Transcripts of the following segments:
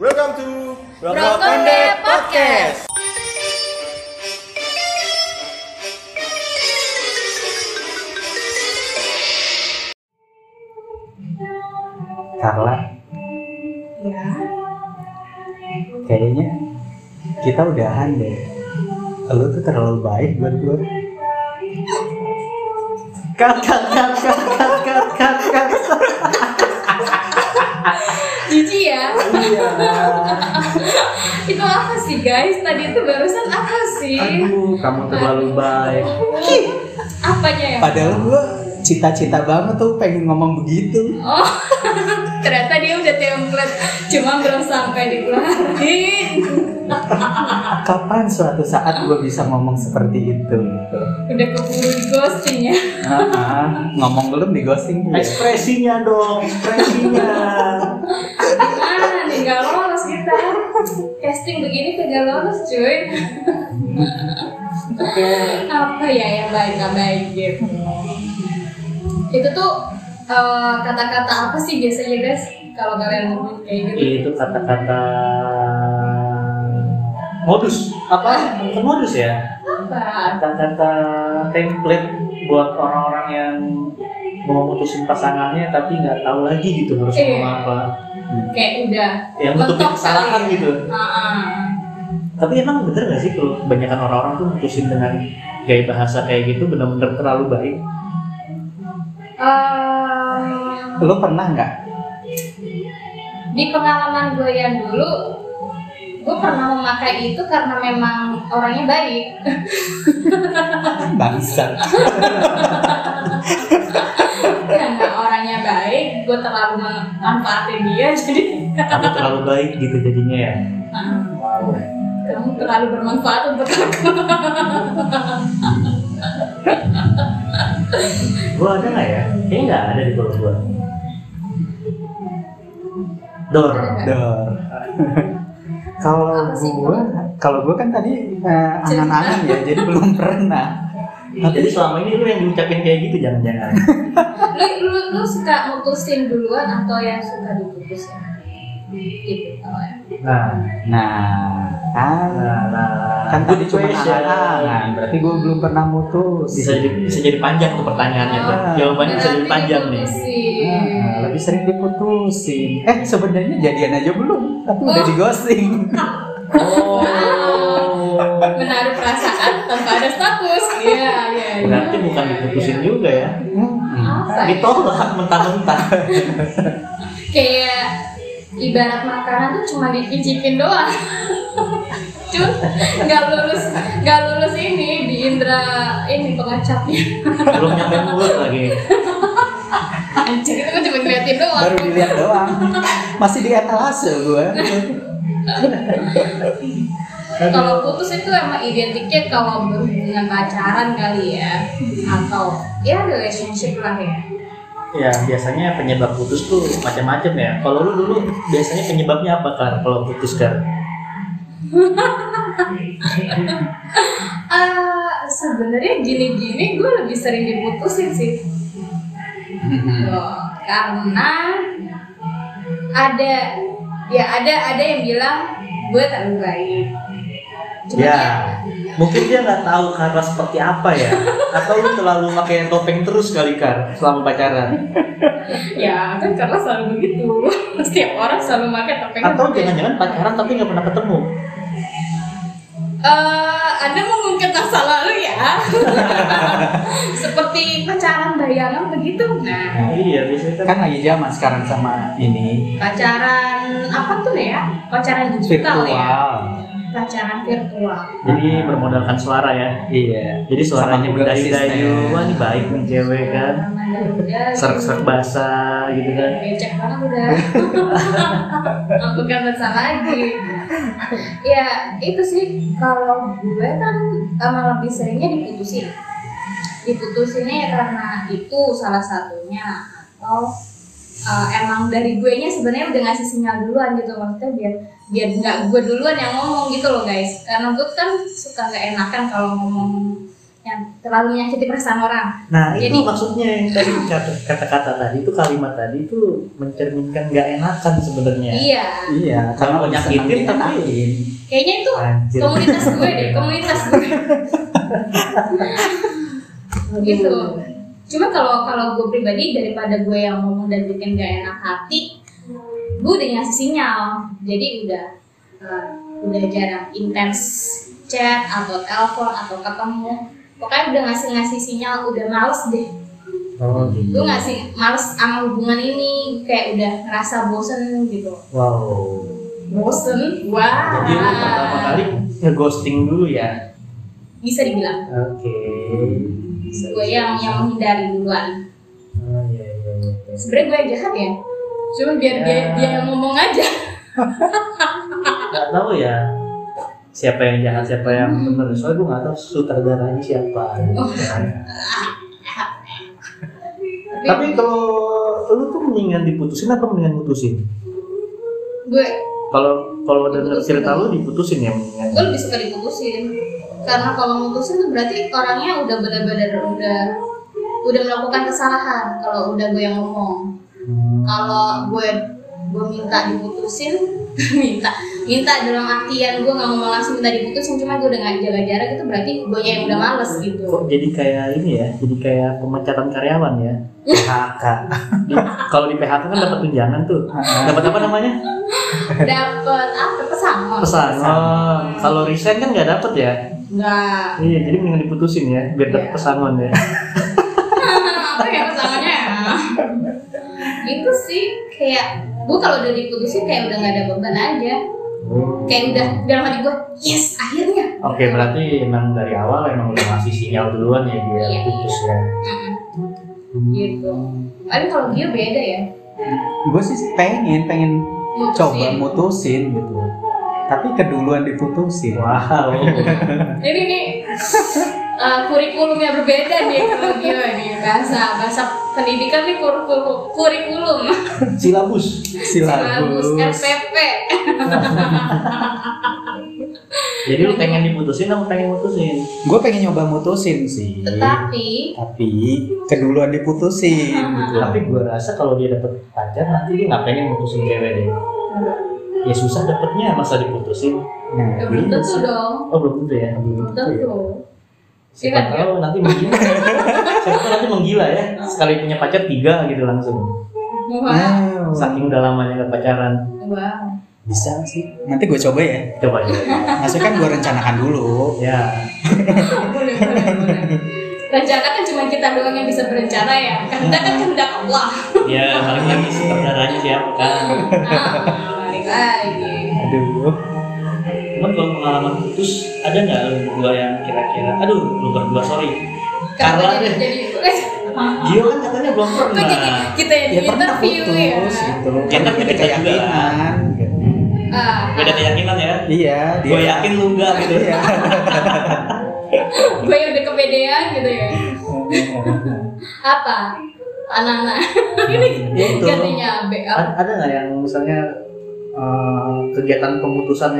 Welcome to Brokonde Podcast. Carla, Ya. kayaknya kita udahan deh. Lu tuh terlalu baik buat gue. Cut. Jijik ya. Iya. Itu apa sih guys? Tadi itu barusan apa sih? Aduh, kamu terlalu baik. Apanya ya? Padahal gue cita-cita banget tuh pengen ngomong begitu. Oh, ternyata dia udah template, cuma belum sampai dikeluarin. Kapan suatu saat gue bisa ngomong seperti itu? Udah keburu di ghosting ya. Ngomong belum di ghosting ya? Ekspresinya dong, ekspresinya. Gimana nih, gak lolos kita. Casting begini kagak lolos cuy. Apa ya yang baik gak baik gitu. Itu tuh kata-kata apa sih biasanya guys kalau kalian ngomong kayak gitu? Itu kata-kata modus apa? Bukan modus ya? Apa? Kata-kata template buat orang-orang yang mau mutusin pasangannya tapi nggak tahu lagi gitu harus ngomong apa. Kayak udah Yang nutupin mentok kesalahan kali ya. gitu. Heeh. Tapi emang bener nggak sih kalau kebanyakan orang-orang tuh mutusin dengan gaya bahasa kayak gitu benar-benar terlalu baik? Lu pernah nggak? Di pengalaman gue yang dulu, gue pernah memakai itu karena memang orangnya baik. Bangsat. Karena orangnya baik, gue terlalu memanfaatin dia jadi. Kamu terlalu baik gitu jadinya ya. Wow. Kamu terlalu bermanfaat untuk aku. Gua ada nggak ya? Kayaknya nggak ada di pulau gua. Dor. Kalau gue kan tadi angan-angan ya, jadi belum pernah. Jadi selama ini lu yang diucapin kayak gitu jangan-jangan. Lu suka mutusin duluan atau yang suka diputusin? Itu kalau ya. Nah, kan tadi cuma angan-angan, berarti gue belum pernah mutus. Bisa jadi panjang tuh pertanyaannya tuh. Jawabannya bisa jadi panjang nih. Lebih sering diputusin. Sebenarnya jadian aja belum, tapi udah di ghosting. Oh. Menaruh perasaan tanpa ada status. Iya. Berarti bukan diputusin juga ya. Apa ya? Ditolak mentah-mentah. Kayak ibarat makanan tuh cuma dicicipin doang. Cuma nggak lulus ini di indra ini pengacapnya. Belum nyampe mulut lagi. Anjir, itu kan cuma ngeliatin doang. Baru dilihat doang. Masih di etalase gue. Kalau putus itu emang identiknya kalau berhubungan pacaran kali ya, atau ya relationship lah ya. Ya biasanya penyebab putus tuh macam-macam ya. Kalau lu dulu biasanya penyebabnya apa Kar? Kalau putus Kar? Sebenarnya gini-gini gue lebih sering diputusin sih. Karena ada yang bilang gue terlalu baik. Cuma Mungkin dia nggak tahu Karla seperti apa ya. Atau lu terlalu pakai topeng terus kali Kar selama pacaran. ya kan karena selalu begitu. Setiap orang selalu pakai topeng. Atau jangan-jangan pacaran tapi nggak pernah ketemu. Anda mengungkit masa lalu ya. Seperti pacaran bayangan begitu. Nah, Iya biasanya Kan lagi zaman sekarang sama ini pacaran apa tuh ya? Pacaran digital ya. virtual. Pacaran virtual. Jadi bermodalkan suara ya. Iya. Jadi suaranya Sama juga mendayu-dayu. asisten. Wah ini baik nih cewek kan. Serak-serak basah gitu kan. Becek banget udah. Aku gak besar lagi. Ya itu sih kalau gue kan malah lebih seringnya diputusin. Diputusinnya ya karena itu salah satunya, atau emang dari gue nya sebenarnya udah ngasih sinyal duluan gitu, maksudnya biar nggak gue duluan yang ngomong gitu loh guys, karena gue kan suka nggak enakan kalau ngomong yang yang terlalu menyakiti perasaan orang. Nah itu Jadi- maksudnya yang tadi kata-kata tadi itu, kalimat tadi itu mencerminkan nggak enakan sebenarnya. Iya, Iya, karena Kalau lebih nyakitin senang tapi- dikenain. kayaknya itu Anjir. komunitas gue deh, komunitas gue. Gitu. Cuma kalau gue pribadi, daripada gue yang ngomong dan bikin gak enak hati, gue udah ngasih sinyal. Jadi udah jarang intens chat atau telepon atau ketemu. Pokoknya udah ngasih sinyal, udah males deh. Oh gitu. Gue ngasih males sama hubungan ini, kayak udah ngerasa bosen gitu. Wow. Bosen? Wah. Jadi lu pertama kali nge-ghosting dulu ya? Bisa dibilang. Oke. Gue yang menghindari duluan. Oh iya. Sebenernya gue yang jahat ya, cuma biar dia yang ngomong aja. Gak tahu ya siapa yang jahat siapa yang benar, soalnya gue nggak tahu sutradaranya siapa. Tapi kalau lu tuh mendingan diputusin apa mendingan mutusin? Gue Kalau denger cerita lu diputusin ya mendingan. lebih suka diputusin, karena kalau mutusin tuh berarti orangnya udah benar-benar udah melakukan kesalahan. Kalau udah gue yang ngomong, kalau gue minta diputusin, minta dalam artian gue nggak ngomong langsung minta diputusin, cuma gue udah nggak jaga jarak, itu berarti gue yang udah males gitu. Kok jadi kayak ini ya? Jadi kayak pemecatan karyawan ya? PHK. Kalau di PHK kan dapat tunjangan tuh. Dapat apa namanya? Dapet apa pesangon? Pesangon. Kalau resign kan nggak dapet ya? Nggak. Iya, jadi mendingan diputusin ya, biar dapat Iya. pesangon ya. Apa ya pesangonnya? Itu sih kayak gue kalau udah diputusin kayak udah nggak ada beban aja. Kayak udah dalam hati gue, yes akhirnya. Oke, berarti emang dari awal emang udah ngasih sinyal duluan ya dia Iya. putus ya. Gitu. Paling kalau dia beda ya. Gue sih pengen coba mutusin gitu, tapi keduluan diputusin. Wow. Ini nih kurikulumnya berbeda nih kalau dia nih, bahasa pendidikan nih kurikulum Silabus. silabus RPP. Jadi lu pengen diputusin apa pengen mutusin? Gue pengen nyoba mutusin sih, Tetapi tapi keduluan diputusin gitu. Tapi gue rasa kalau dia dapet pacar nanti dia nggak pengen mutusin cewek deh. Ya susah dapetnya, masa diputusin? Nah, belum gitu tentu sih. dong, Oh belum tentu ya. belum tentu. Siapa Iya, tahu nanti menggila. Siapa tahu nanti menggila ya. Sekali punya pacar 3 gitu langsung. Wow. Saking udah lamanya nggak pacaran. Wow. Bisa sih. Nanti gue coba ya. Coba aja. Maksudnya kan gue rencanakan dulu. Ya. Boleh. Rencana kan cuma kita doang yang bisa berencana ya. Kehendak kan kehendak Allah. Ya balik lagi sutradaranya siapa kan. Balik lagi. Aduh. Cuman kalau pengalaman putus ada nggak lu berdua yang kira-kira? Aduh, lu berdua sorry. Carla deh. Jadi Gio kan katanya belum kok jadi pernah. kita yang Ya pernah interview ya. putus gitu. Ya, tapi Beda kita juga keyakinan. Gitu. Beda keyakinan ya. Iya. Gue yakin lu enggak gitu. Iya. Gue yang udah kepedean gitu ya. Apa? Anak-anak. Ini Ya, itu. gantinya B. Ada nggak yang misalnya kegiatan pemutusan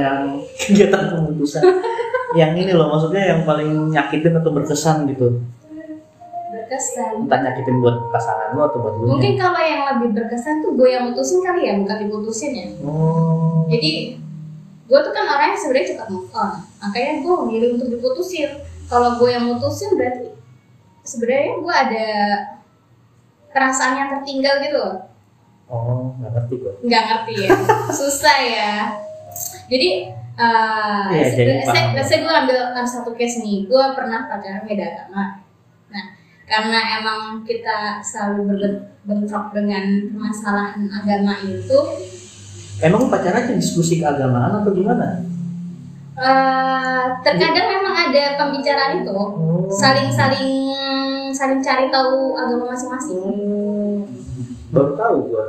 yang ini loh, maksudnya yang paling nyakitin atau berkesan gitu, Berkesan. entah nyakitin buat pasangan lo atau buat lu. Mungkin kalau yang lebih berkesan tuh gue yang mutusin kali ya, bukan diputusin ya. Oh. Jadi gue tuh kan orangnya sebenarnya cepat move on, makanya gue memilih untuk diputusin. Kalau gue yang mutusin berarti sebenarnya gue ada perasaan yang tertinggal gitu loh. Oh, nggak ngerti gue. Nggak ngerti ya, susah ya. Jadi Iya, jadi paham. saya gue ambil satu case nih, gue pernah pacaran beda agama. Nah, karena emang kita selalu berbentrok dengan permasalahan agama itu, Emang pacaran aja diskusi keagamaan atau gimana? terkadang memang ada pembicaraan itu, saling cari tahu agama masing-masing. Baru tahu gue.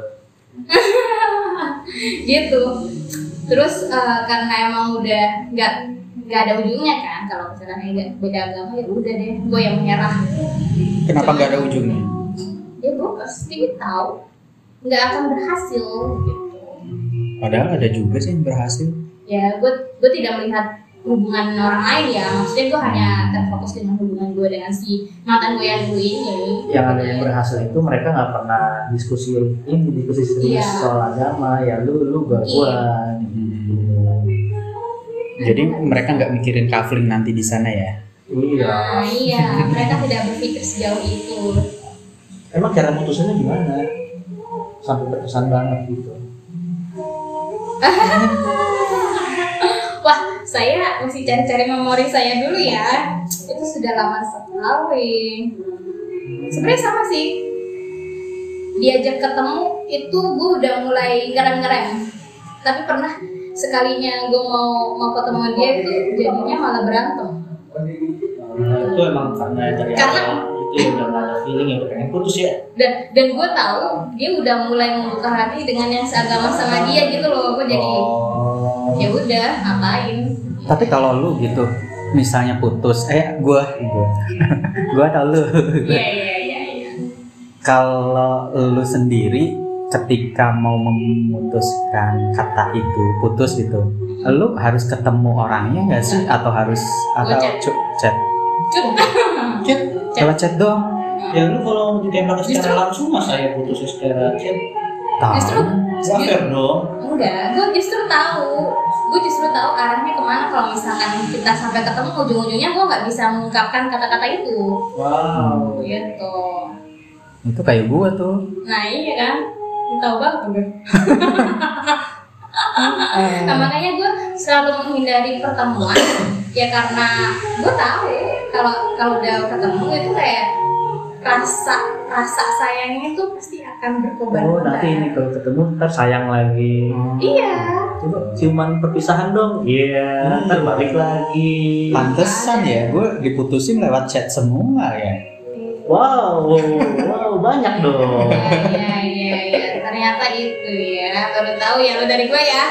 Gitu. Terus karena emang udah nggak ada ujungnya kan, kalau misalnya beda agama ya udah deh, gue yang menyerah. Kenapa nggak ada ujungnya? Ya gue pasti tahu nggak akan berhasil gitu. Padahal ada juga sih yang berhasil. Ya gue tidak melihat hubungan orang lain ya, maksudnya gue hanya terfokus dengan hubungan gue dengan si mantan gue yang dulu ini. Yang ada yang berhasil itu mereka nggak pernah diskusi serius soal agama, ya lu gua. Jadi mereka nggak mikirin coupling nanti di sana ya? Iya. Nah, iya, mereka tidak berpikir sejauh itu. Emang cara mutusinnya gimana? Sampai berkesan banget gitu. Wah, saya mesti cari-cari memori saya dulu ya. Itu sudah lama sekali. Sebenarnya sama sih. Diajak ketemu itu gue udah mulai ngerem-ngerem. Tapi pernah sekalinya gue mau ketemu dia itu jadinya malah berantem. Itu emang karena dari awal itu udah gak ada feeling yang pengen putus ya. Dan gue tahu dia udah mulai membuka hati dengan yang seagama sama dia gitu loh. Gue jadi ya udah ngapain. Tapi kalau lu gitu, misalnya putus, gua tau lu. Iya. Kalau lu sendiri ketika mau memutuskan kata itu putus gitu, lu harus ketemu orangnya nggak sih atau chat? Kalau chat doang. Ya lu kalau ditembak secara langsung masa ya putusnya secara chat? Justru dong. Enggak, gue justru tahu arahnya kemana kalau misalkan kita sampai ketemu ujung-ujungnya gue nggak bisa mengungkapkan kata-kata itu. Wow. Gitu. Itu kayak gua tuh. Nah iya kan, tahu banget gue. Nah, makanya gue selalu menghindari pertemuan ya karena gue tahu kalau udah ketemu itu kayak rasa sayangnya itu pasti akan berkobar. Oh nanti ini kalau ketemu ntar sayang lagi. Iya. Coba ciuman perpisahan dong. Iya. Ntar balik lagi. Pantesan ya, gue diputusin lewat chat semua ya. Wow, banyak dong. Iya. Ternyata itu ya. Baru tahu ya lo dari gue ya.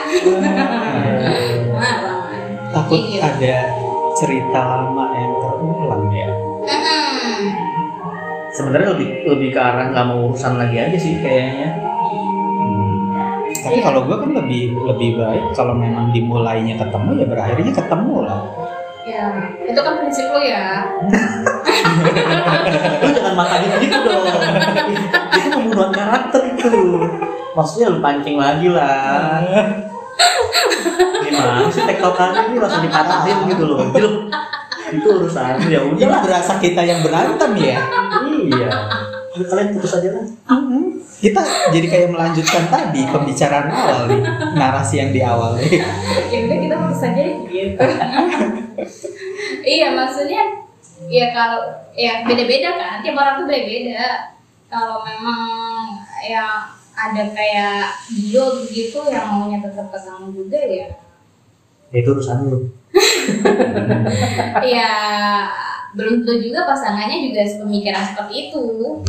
Takut ada cerita lama yang terulang ya. Sebenarnya lebih ke arah nggak mau urusan lagi aja sih kayaknya. Tapi kalau gue kan lebih baik kalau memang dimulainya ketemu ya berakhirnya ketemu lah. Ya, itu kan prinsip lo ya. Lu jangan matahin gitu dong. Itu pembunuhan karakter itu. Maksudnya lu pancing lagi lah. Gimana sih tektokannya ini langsung dipatahin gitu loh. Itu urusan ya udah. Ini berasa kita yang berantem ya. Iya. Kalian putus aja lah. Kita jadi kayak melanjutkan tadi pembicaraan awal nih, narasi yang di awal nih. Ya udah kita putus aja gitu. Iya maksudnya ya kalau ya beda-beda kan, tiap orang tuh beda-beda. Kalau memang ya ada kayak dia begitu yang maunya tetap ketemu juga ya. Itu urusan lu. Ya belum tentu juga pasangannya juga sepemikiran seperti itu.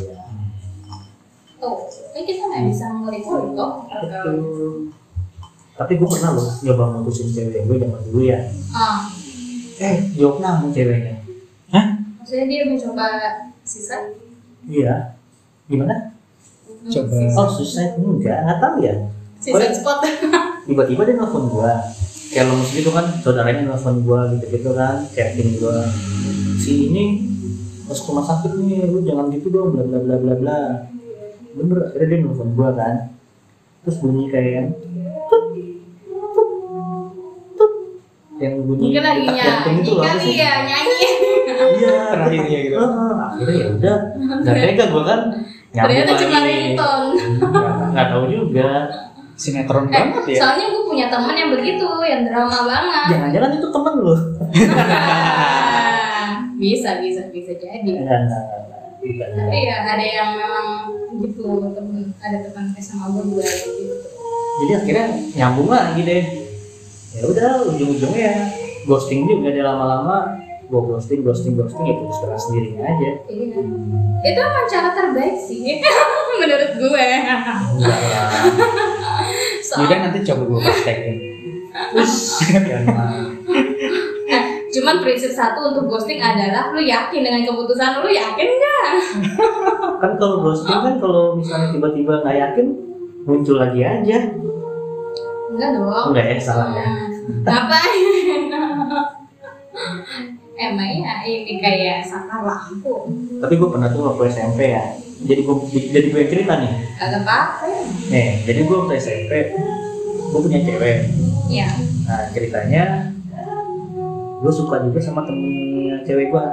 Tuh, kan kita nggak bisa ngulik-ngulik toh. Tapi gue pernah loh nyoba mutusin cewek gue zaman dulu ya. Jawab nama ceweknya. Hah? Maksudnya dia mencoba sisa? Iya. Gimana? Coba. Oh suicide nggak tahu ya. Sisa spot. Tiba-tiba dia nelfon gue. Kayak lo mesti itu kan saudaranya nelfon gue gitu kan, chatting gue. Si ini masuk rumah sakit nih, lu jangan gitu dong, bla bla bla bla bla. Bener, akhirnya dia nelfon gue kan. Terus bunyi kayak yang bunyi mungkin lagi jantung itu loh kali ya, nyanyi. Iya Terakhirnya gitu. Akhirnya ya udah nggak tega gue kan Ternyata cuma ringtone. nggak tahu juga Sinetron banget ya. Soalnya gue punya teman yang begitu, yang drama banget. jangan-jangan itu temen lo. bisa jadi. Tapi ya ada yang memang gitu, ada teman sama gue juga yang gitu. Jadi akhirnya nyambung lagi deh. Ya udah ujung-ujungnya ghosting juga dia lama-lama. Gue ghosting ya putus dengan sendirinya aja. Iya. Itu emang cara terbaik sih menurut gue. Enggak lah. Yaudah nanti coba gue praktekin. Cuman prinsip satu untuk ghosting adalah lu yakin dengan keputusan lu, yakin nggak? Kan kalau ghosting kan kalau misalnya tiba-tiba nggak yakin muncul lagi aja. Enggak dong. Enggak ya, salah ya. Ngapain? Emangnya ini kayak sakar lampu. Tapi gue pernah tuh waktu SMP ya. Jadi gue yang cerita nih. Agak apa? Nih, jadi gue waktu SMP, gue punya cewek. Iya. Nah ceritanya, gue suka juga sama temennya cewek gue.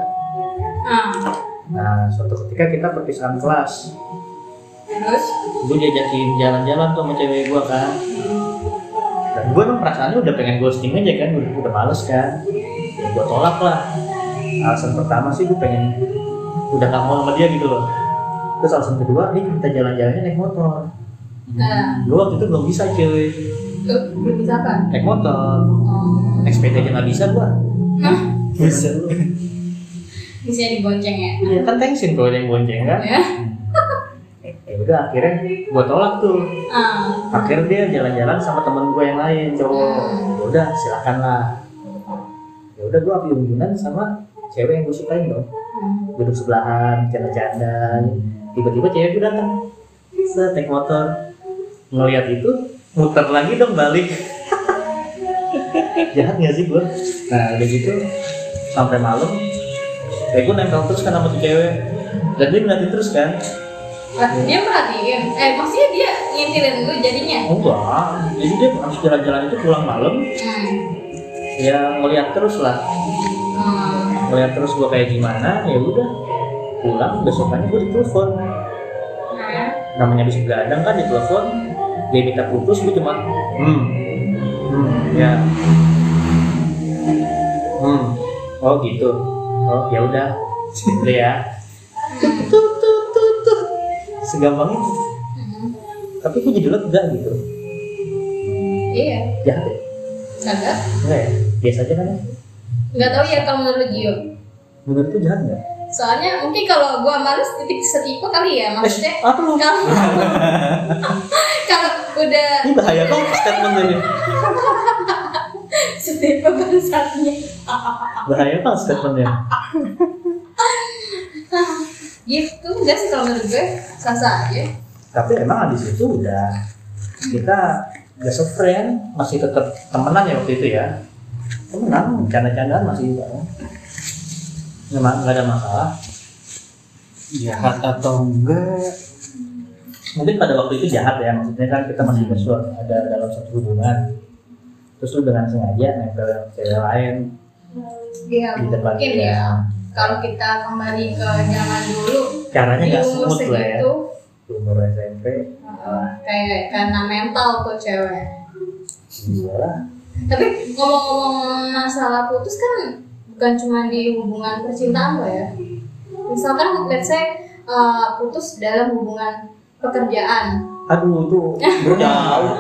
Nah suatu ketika kita perpisahan kelas. Terus? Gue diajakin jalan-jalan tuh sama cewek gue kan. Dan gue emang perasaannya udah pengen ghosting aja kan, udah males kan. Ya gue tolak lah. Alasan pertama sih gue pengen udah gak mau sama dia gitu loh. Terus alasan kedua, nih kita jalan-jalannya naik motor. Gue waktu itu belum bisa cuy. Belum bisa apa? Naik motor. Naik sepeda aja gak bisa gue. Bisa. Bisa dibonceng ya? Iya kan tensin kalau ada yang bonceng kan. Ya. Ya udah akhirnya gue tolak tuh. Akhirnya dia jalan-jalan sama temen gue yang lain cowok. Ya udah silakan lah. Ya udah gue api-unggunan sama cewek yang gue sukain dong. Duduk sebelahan, canda-canda. Tiba-tiba cewek gue datang. Set naik motor. Ngeliat itu muter lagi dong balik. Jahat gak sih gue? Nah udah gitu sampai malam. Kayak gue nempel terus kan sama tuh cewek. Dan dia ngeliatin terus kan. Dia perhatiin, maksudnya dia ngintilin lu jadinya? Enggak, jadi dia habis jalan-jalan itu pulang malam. Ya ngeliat terus lah. Ngeliat terus gue kayak gimana, ya udah pulang besokannya gue ditelepon. Namanya habis begadang kan ditelepon, dia minta putus, gue cuma ya oh gitu, oh ya udah udah ya segampang itu. Tapi gue jadi lega gitu. Iya. Jahat ya? Enggak ya? Biasa aja kan ya? Nggak tahu ya kalau menurut Gio. Menurut tuh jahat nggak? Soalnya mungkin kalau gua males titik setipe kali ya, maksudnya apa lu? kalau udah Ini bahaya banget statementnya. setipe bangsatnya. Bahaya banget statementnya. Gitu enggak sih kalau menurut gue sah-sah aja. Tapi emang abis itu udah kita gak se-friend, masih tetap temenan ya waktu itu ya. Temenan, canda-candaan masih memang nggak ada masalah. Jahat atau enggak? Mungkin pada waktu itu jahat ya, maksudnya kan kita masih ada dalam satu hubungan. Terus lu dengan sengaja nempel cewek lain Iya, di depan mungkin dia. ya. Kalau kita kembali ke zaman dulu, Caranya di nggak umur smooth lah ya. segitu, Umur SMP. kayak karena mental tuh cewek. Iya. Tapi ngomong-ngomong masalah putus kan bukan cuma di hubungan percintaan loh ya. Misalkan let's say putus dalam hubungan pekerjaan. Aduh tuh jauh.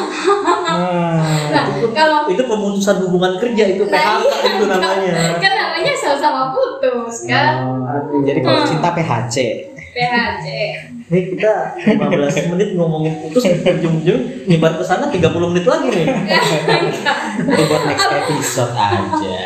Nah, kalau Itu pemutusan hubungan kerja itu PHK itu namanya. kan namanya sama-sama putus kan. Jadi kalau cinta PHC. PHC. Nih kita 15 menit ngomongin putus, ujung-ujung nyebar ke sana 30 menit lagi nih. Itu buat next episode aja.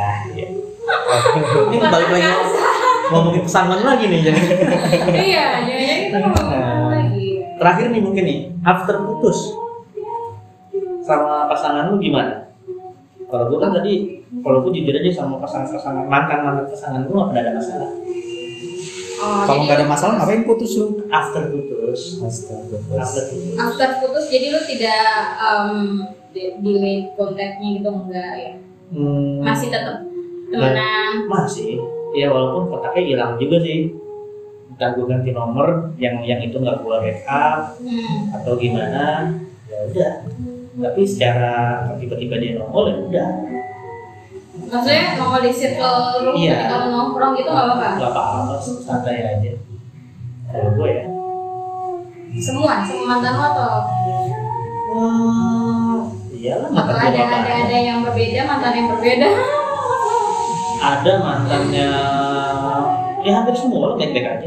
Ini balik lagi ngomongin pesangon lagi nih jadi. Iya, jadi kita ngomong lagi. Terakhir nih mungkin nih, after putus sama pasangan lu gimana? Kalau gue kan tadi, kalau gue jujur aja sama pasangan mantan pasangan gue gak pernah ada masalah. Kalau nggak ada masalah ngapain putus lu? After putus. After putus jadi lu tidak delete kontaknya gitu enggak ya? Masih tetap temenan. Masih. Ya walaupun kontaknya hilang juga sih. Entah gue ganti nomor yang itu nggak gue backup atau gimana. Ya udah. Tapi secara tiba-tiba dia nongol ya udah. Maksudnya nongol di circle lu Iya. kalau nongkrong gitu nggak apa-apa? Nggak apa-apa, santai aja. Kalau gue ya. Semua mantan lo atau Iyalah. atau ada yang berbeda, mantan yang berbeda? Ada mantannya. Ya hampir semua lo baik-baik aja.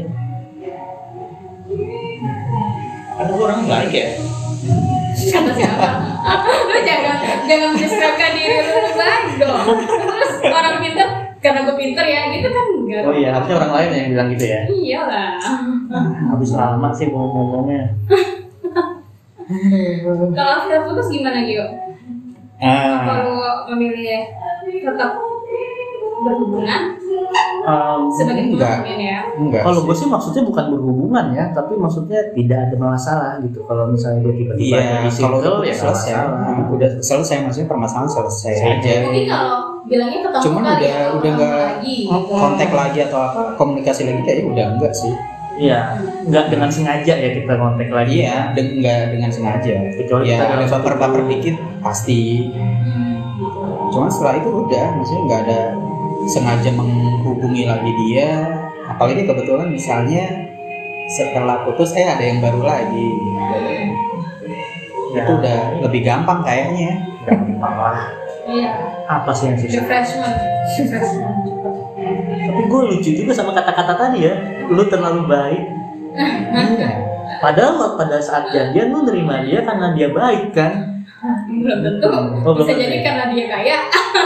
Karena gue orang baik ya. Kata siapa? Lu jangan mendeskripsikan diri lu baik dong. Terus orang pintar karena gue pintar ya gitu kan enggak. Oh iya, harusnya orang lain yang bilang gitu ya. Iyalah. Habis lama sih ngomongnya. Kalau after putus gimana Gio? Apa lu memilih tetap berhubungan sebagai enggak. teman ya? Enggak. Kalau sih. gue sih maksudnya bukan berhubungan ya, tapi maksudnya tidak ada masalah gitu. Kalau misalnya dia tiba-tiba Iya, jadi kalau single udah ya nggak selesai, masalah. udah selesai maksudnya permasalahan selesai aja. Mungkin kalau bilangnya ketemu Cuman kali udah ya, ketemu nggak lagi gitu. kontak lagi atau apa, komunikasi lagi kayaknya udah enggak sih. Iya, nggak dengan sengaja ya kita kontak lagi. Iya, enggak dengan sengaja. Kecuali Ya kita dalam ada satu baper-baper grup. dikit pasti. Hmm. Cuman setelah itu udah, maksudnya nggak ada sengaja menghubungi lagi dia. Apalagi kebetulan misalnya setelah putus ada yang baru lagi. Ya, Itu udah lebih gampang kayaknya. gampang lah. Iya, Apa sih yang susah? refreshment. Tapi gue lucu juga sama kata-kata tadi ya. Lu terlalu baik. Iya. Padahal pada saat jadian lu nerima dia karena dia baik kan? Belum tentu. Oh, belum Bisa tentu. jadi karena dia kaya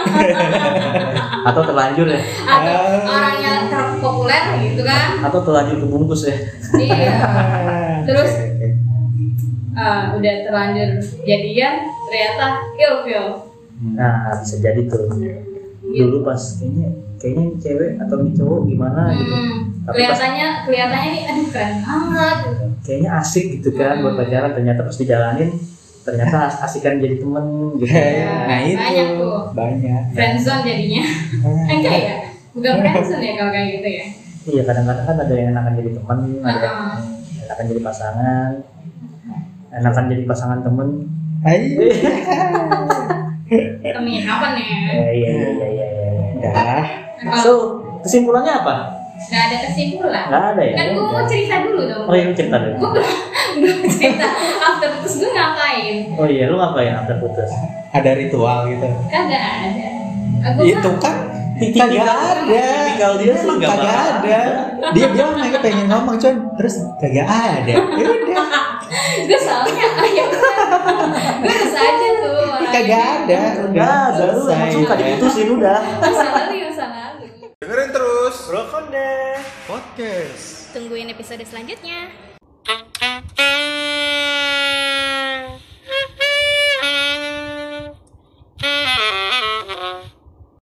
Atau terlanjur ya? atau orangnya terpopuler gitu kan. Atau terlanjur kebungkus ya? Iya. Terus Oke. udah terlanjur jadian ternyata ilfeel. Nah, bisa jadi tuh. Dulu pas kayaknya ini cewek atau ini cowok gimana gitu. Tapi Kelihatannya nih aduh keren banget gitu. Kayaknya asik gitu kan buat pacaran, ternyata pas dijalanin ternyata asikan jadi temen gitu. Nah itu Banyak tuh. banyak. Friendzone jadinya. Enggak ya? Bukan friendzone ya kalau kayak gitu ya. Iya, kadang-kadang kan ada yang enakan jadi temen, ada yang Heeh. enakan jadi pasangan, enakan jadi pasangan temen. Ayo. Temennya kapan ya? Iya. Udah. So, kesimpulannya apa? Nggak ada kesimpulan. Nggak ada ya? Kan gue mau cerita dulu dong. Oh iya, lu cerita dulu. Gue belum cerita after putus gue ngapain? Oh iya, lu ngapain after putus? Ada ritual gitu. Kagak ada. Aku Itu kan kagak ada. Tipikal dia sih Emang nggak kagak apa-apa. ada. Dia bilang mereka pengen ngomong cuman terus kagak ada. Ya udah. gue soalnya ya gue terus aja tuh orangnya. Kagak ada. Enggak ada, lu emang suka diputusin udah. Masa lalu. Dengerin terus Brokonde podcast. Tungguin episode selanjutnya.